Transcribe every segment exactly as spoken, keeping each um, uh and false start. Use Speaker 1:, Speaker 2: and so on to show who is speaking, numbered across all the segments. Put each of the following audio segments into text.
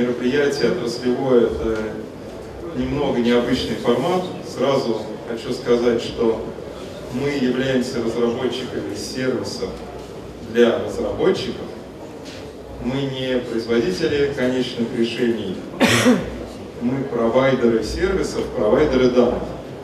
Speaker 1: мероприятие отраслевое — это немного необычный формат. Сразу хочу сказать, что мы являемся разработчиками сервисов для разработчиков. Мы не производители конечных решений, мы провайдеры сервисов, провайдеры данных.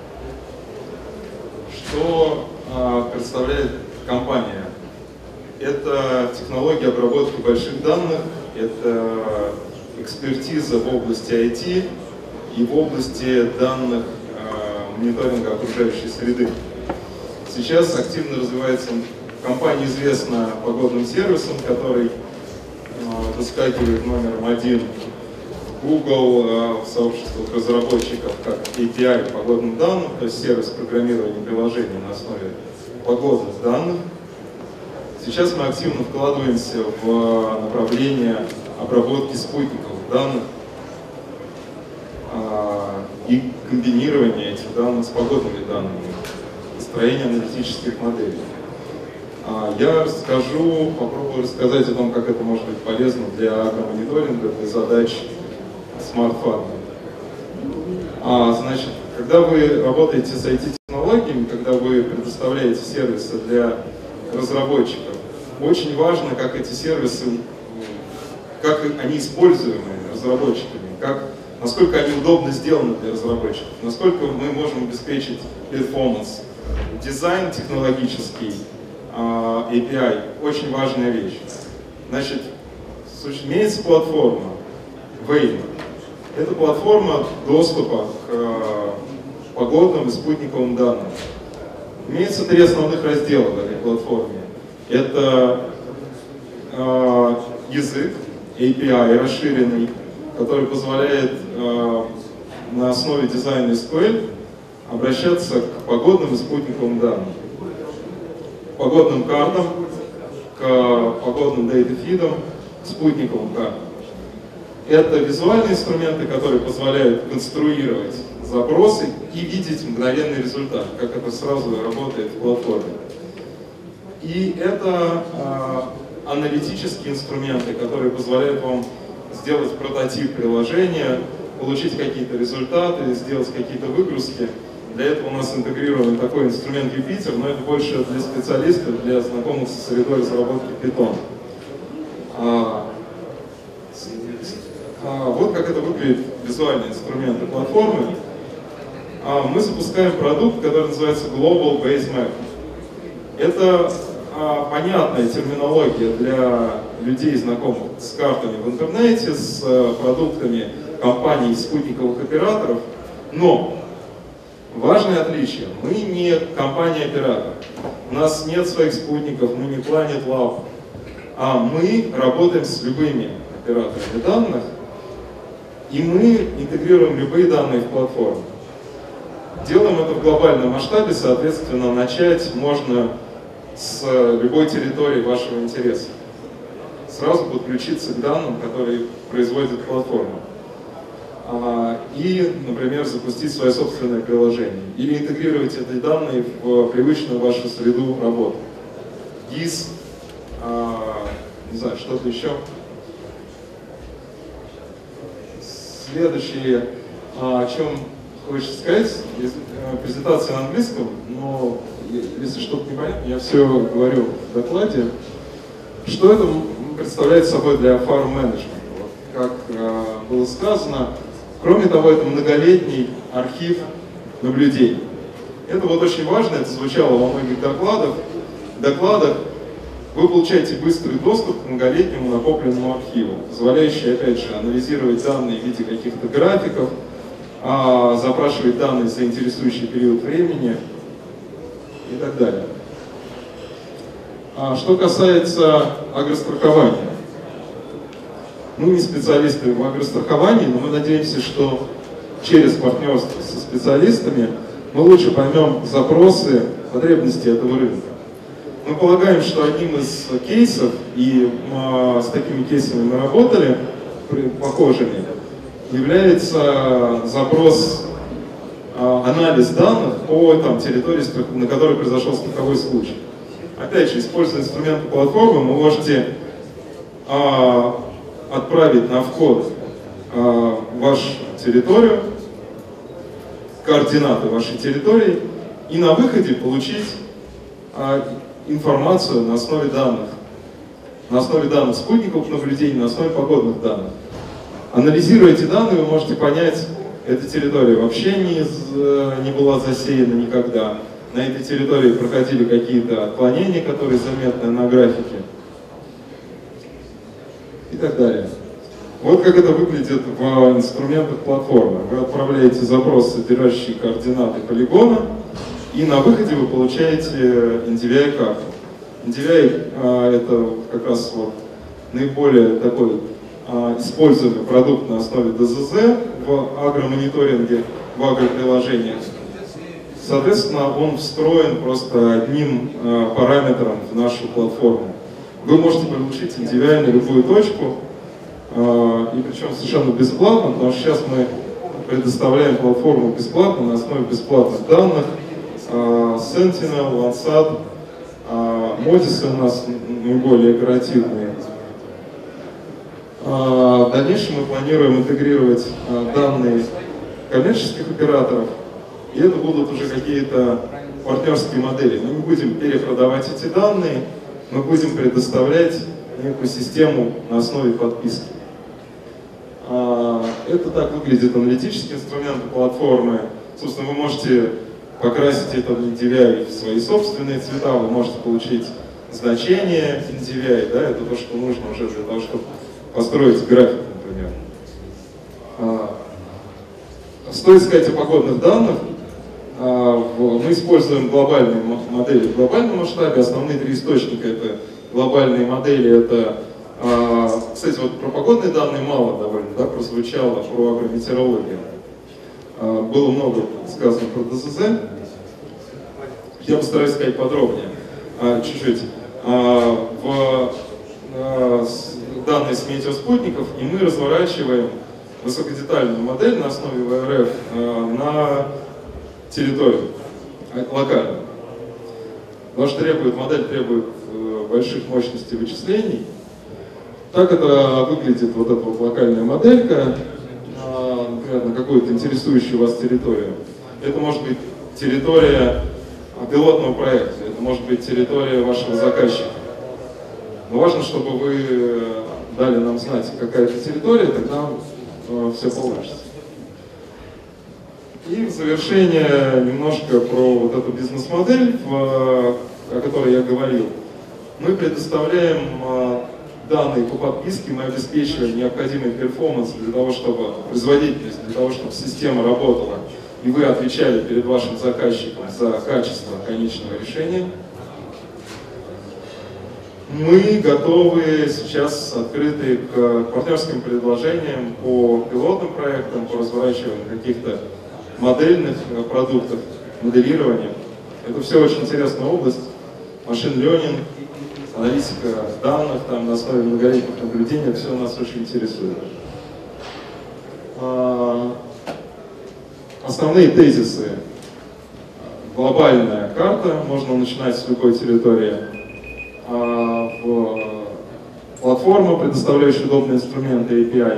Speaker 1: Что а, представляет компания? Это технология обработки больших данных, это экспертиза в области ай ти и в области данных а, мониторинга окружающей среды. Сейчас активно развивается, компания известна погодным сервисом, который а, выскакивает номером один в Google, а, в сообществах разработчиков, как эй пи ай погодных данных, то есть сервис программирования приложений на основе погодных данных. Сейчас мы активно вкладываемся в направление обработки спутниковых данных а, и комбинирования этих данных с погодными данными, построение аналитических моделей. А, я расскажу, попробую рассказать о том, как это может быть полезно для агромониторинга, для задач смарт-фарма. А, значит, когда вы работаете с ай ти-технологиями, когда вы предоставляете сервисы для разработчиков, очень важно, как эти сервисы, как они используемы разработчиками, как, насколько они удобно сделаны для разработчиков, насколько мы можем обеспечить перформанс. Дизайн технологический, эй пи ай — очень важная вещь. Значит, имеется платформа Вейна. Это платформа доступа к погодным и спутниковым данным. Имеется три основных раздела в этой платформе. Это э, язык, эй пи ай расширенный, который позволяет э, на основе дизайна эс ку эль обращаться к погодным и спутниковым данным, к погодным картам, к погодным дейта-фидам, к спутниковым картам. Это визуальные инструменты, которые позволяют конструировать запросы и видеть мгновенный результат, как это сразу работает в платформе. И это э, аналитические инструменты, которые позволяют вам сделать прототип приложения, получить какие-то результаты, сделать какие-то выгрузки. Для этого у нас интегрирован такой инструмент Юпитер, но это больше для специалистов, для знакомых со средой разработки Python. А, а, вот как это выглядит визуальные инструменты платформы. А, мы запускаем продукт, который называется Global Base Map. Это а, понятная терминология для людей, знакомых с картами в интернете, с а, продуктами компаний спутниковых операторов, но важное отличие: мы не компания-оператор, у нас нет своих спутников, мы не Planet Lab, а мы работаем с любыми операторами данных, и мы интегрируем любые данные в платформу. Делаем это в глобальном масштабе, соответственно, начать можно с любой территории вашего интереса. Сразу подключиться к данным, которые производит платформа. И, например, запустить свое собственное приложение. Или интегрировать эти данные в привычную вашу среду работы. гис, не знаю, что-то еще. Следующее, о чем хочется сказать, презентация на английском, но если что-то непонятно, я все говорю в докладе. Что это представляет собой для фарм-менеджмента? Вот, как э, было сказано, кроме того, это многолетний архив наблюдений. Это вот очень важно, это звучало во многих докладах. В докладах вы получаете быстрый доступ к многолетнему накопленному архиву, позволяющий, опять же, анализировать данные в виде каких-то графиков, а, запрашивать данные за интересующий период времени и так далее. А что касается агрострахования. Мы не специалисты в агростраховании, но мы надеемся, что через партнерство со специалистами мы лучше поймем запросы, потребности этого рынка. Мы полагаем, что одним из кейсов, и э, с такими кейсами мы работали, похожими, является запрос, э, анализ данных по там, территории, на которой произошел страховой случай. Опять же, используя инструменты платформы, вы можете э, отправить на вход э, вашу территорию, координаты вашей территории и на выходе получить э, информацию на основе данных. На основе данных спутниковых наблюдений, на основе погодных данных. Анализируя эти данные, вы можете понять, эта территория вообще не, не была засеяна никогда. На этой территории проходили какие-то отклонения, которые заметны на графике. И так далее. Вот как это выглядит в инструментах платформы. Вы отправляете запрос, содержащий координаты полигона, и на выходе вы получаете эн ди ви ай-карту. эн ди ви ай а, это как раз вот наиболее такой а, используемый продукт на основе ди зет зет в агромониторинге, в агроприложениях. Соответственно, он встроен просто одним а, параметром в нашу платформу. Вы можете получить эн ди ви ай на любую точку, а, и причем совершенно бесплатно, потому что сейчас мы предоставляем платформу бесплатно на основе бесплатных данных. а, Sentinel, Landsat, Модисы у нас наиболее оперативные. В дальнейшем мы планируем интегрировать данные коммерческих операторов, и это будут уже какие-то партнерские модели. Мы не будем перепродавать эти данные, мы будем предоставлять некую систему на основе подписки. Это так выглядит аналитический инструмент платформы. Собственно, вы можете покрасить этот эн ди ви ай в свои собственные цвета, вы можете получить значение эн ди ви ай, да, это то, что нужно уже для того, чтобы построить график, например. А, стоит сказать о погодных данных. А, в, мы используем глобальные модели в глобальном масштабе. Основные три источника — это глобальные модели. Это, а, кстати, вот про погодные данные мало довольно, да, прозвучало, про агрометеорологию. А, было много сказано про ди зет зет. Я постараюсь сказать подробнее, чуть-чуть. А, в а, данные с метеоспутников, и мы разворачиваем высокодетальную модель на основе вэ эр эф а, на территорию, локально. Потому что требует, модель требует а, больших мощностей вычислений. Так это выглядит вот эта вот локальная моделька, а, например, на какую-то интересующую вас территорию. Это может быть территория пилотного проекта, это может быть территория вашего заказчика. Но важно, чтобы вы дали нам знать, какая это территория, тогда э, все получится. И в завершение немножко про вот эту бизнес-модель, о которой я говорил. Мы предоставляем э, данные по подписке, мы обеспечиваем необходимый перформанс для того, чтобы производительность, для того, чтобы система работала, и вы отвечали перед вашим заказчиком за качество конечного решения. Мы готовы сейчас открыты к партнерским предложениям по пилотным проектам, по разворачиванию каких-то модельных продуктов, моделирования. Это все очень интересная область. Машин learning, аналитика данных там, на основе многолетних наблюдений, все нас очень интересует. Основные тезисы. Глобальная карта, можно начинать с любой территории. Платформа, предоставляющая удобные инструменты эй пи ай.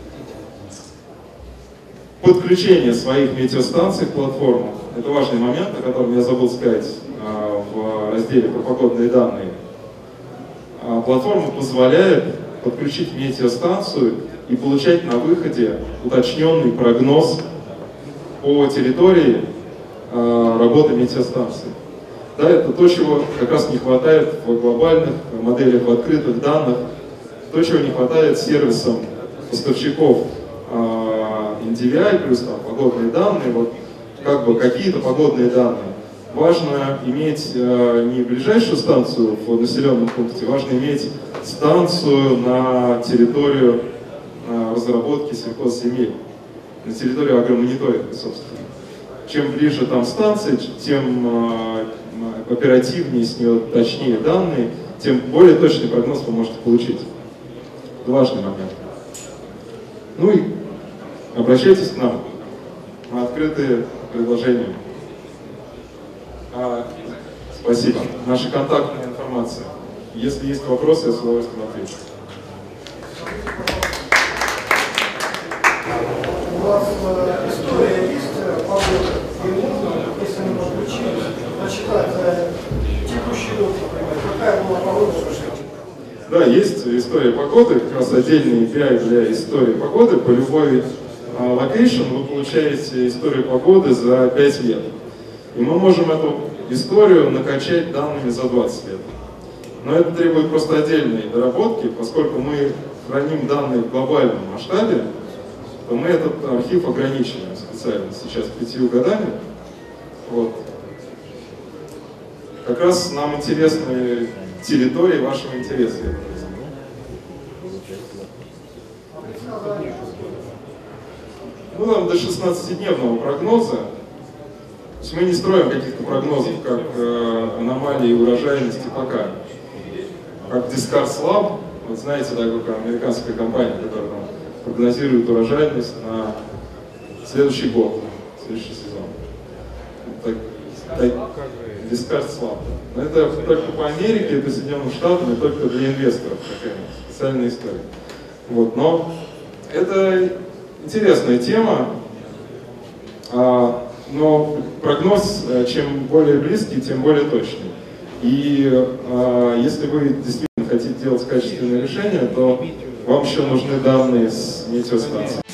Speaker 1: Подключение своих метеостанций к платформу. Это важный момент, о котором я забыл сказать в разделе про погодные данные. Платформа позволяет подключить метеостанцию и получать на выходе уточненный прогноз по территории работы метеостанции. Да, это то, чего как раз не хватает в глобальных моделях, в открытых данных, то, чего не хватает сервисам поставщиков эн ди ви ай, плюс там погодные данные, вот как бы какие-то погодные данные. Важно иметь не ближайшую станцию в населенном пункте, важно иметь станцию на территорию разработки сельхозземель, на территорию агромониторинга, собственно. Чем ближе там станция, тем оперативнее с нее, точнее данные, тем более точный прогноз вы можете получить. Это важный момент. Ну и обращайтесь к нам. Мы открыты к предложениям. А, спасибо. Наша контактная информация. Если есть вопросы, я с удовольствием отвечу.
Speaker 2: считать за текущий год, например, какая была погода?
Speaker 1: Да, есть история погоды, как раз отдельный эй пи ай для истории погоды. По любой локейшн вы получаете историю погоды за пять лет. И мы можем эту историю накачать данными за двадцать лет. Но это требует просто отдельной доработки, поскольку мы храним данные в глобальном масштабе, то мы этот архив ограничиваем специально сейчас пятью годами. Вот. Как раз нам интересны территории вашего интереса. Ну, там до шестнадцатидневного прогноза. То есть мы не строим каких-то прогнозов, как э, аномалии урожайности пока. Как Discards Lab, вот знаете, такая американская компания, которая там прогнозирует урожайность на следующий год, следующий сезон. Так, так, Discards Lab. Но это только по Америке, это Соединенным Штатам, и только для инвесторов такая специальная история. Вот, но это интересная тема, а, но прогноз чем более близкий, тем более точный. И а, если вы действительно хотите делать качественное решение, то вам еще нужны данные с метеостанции.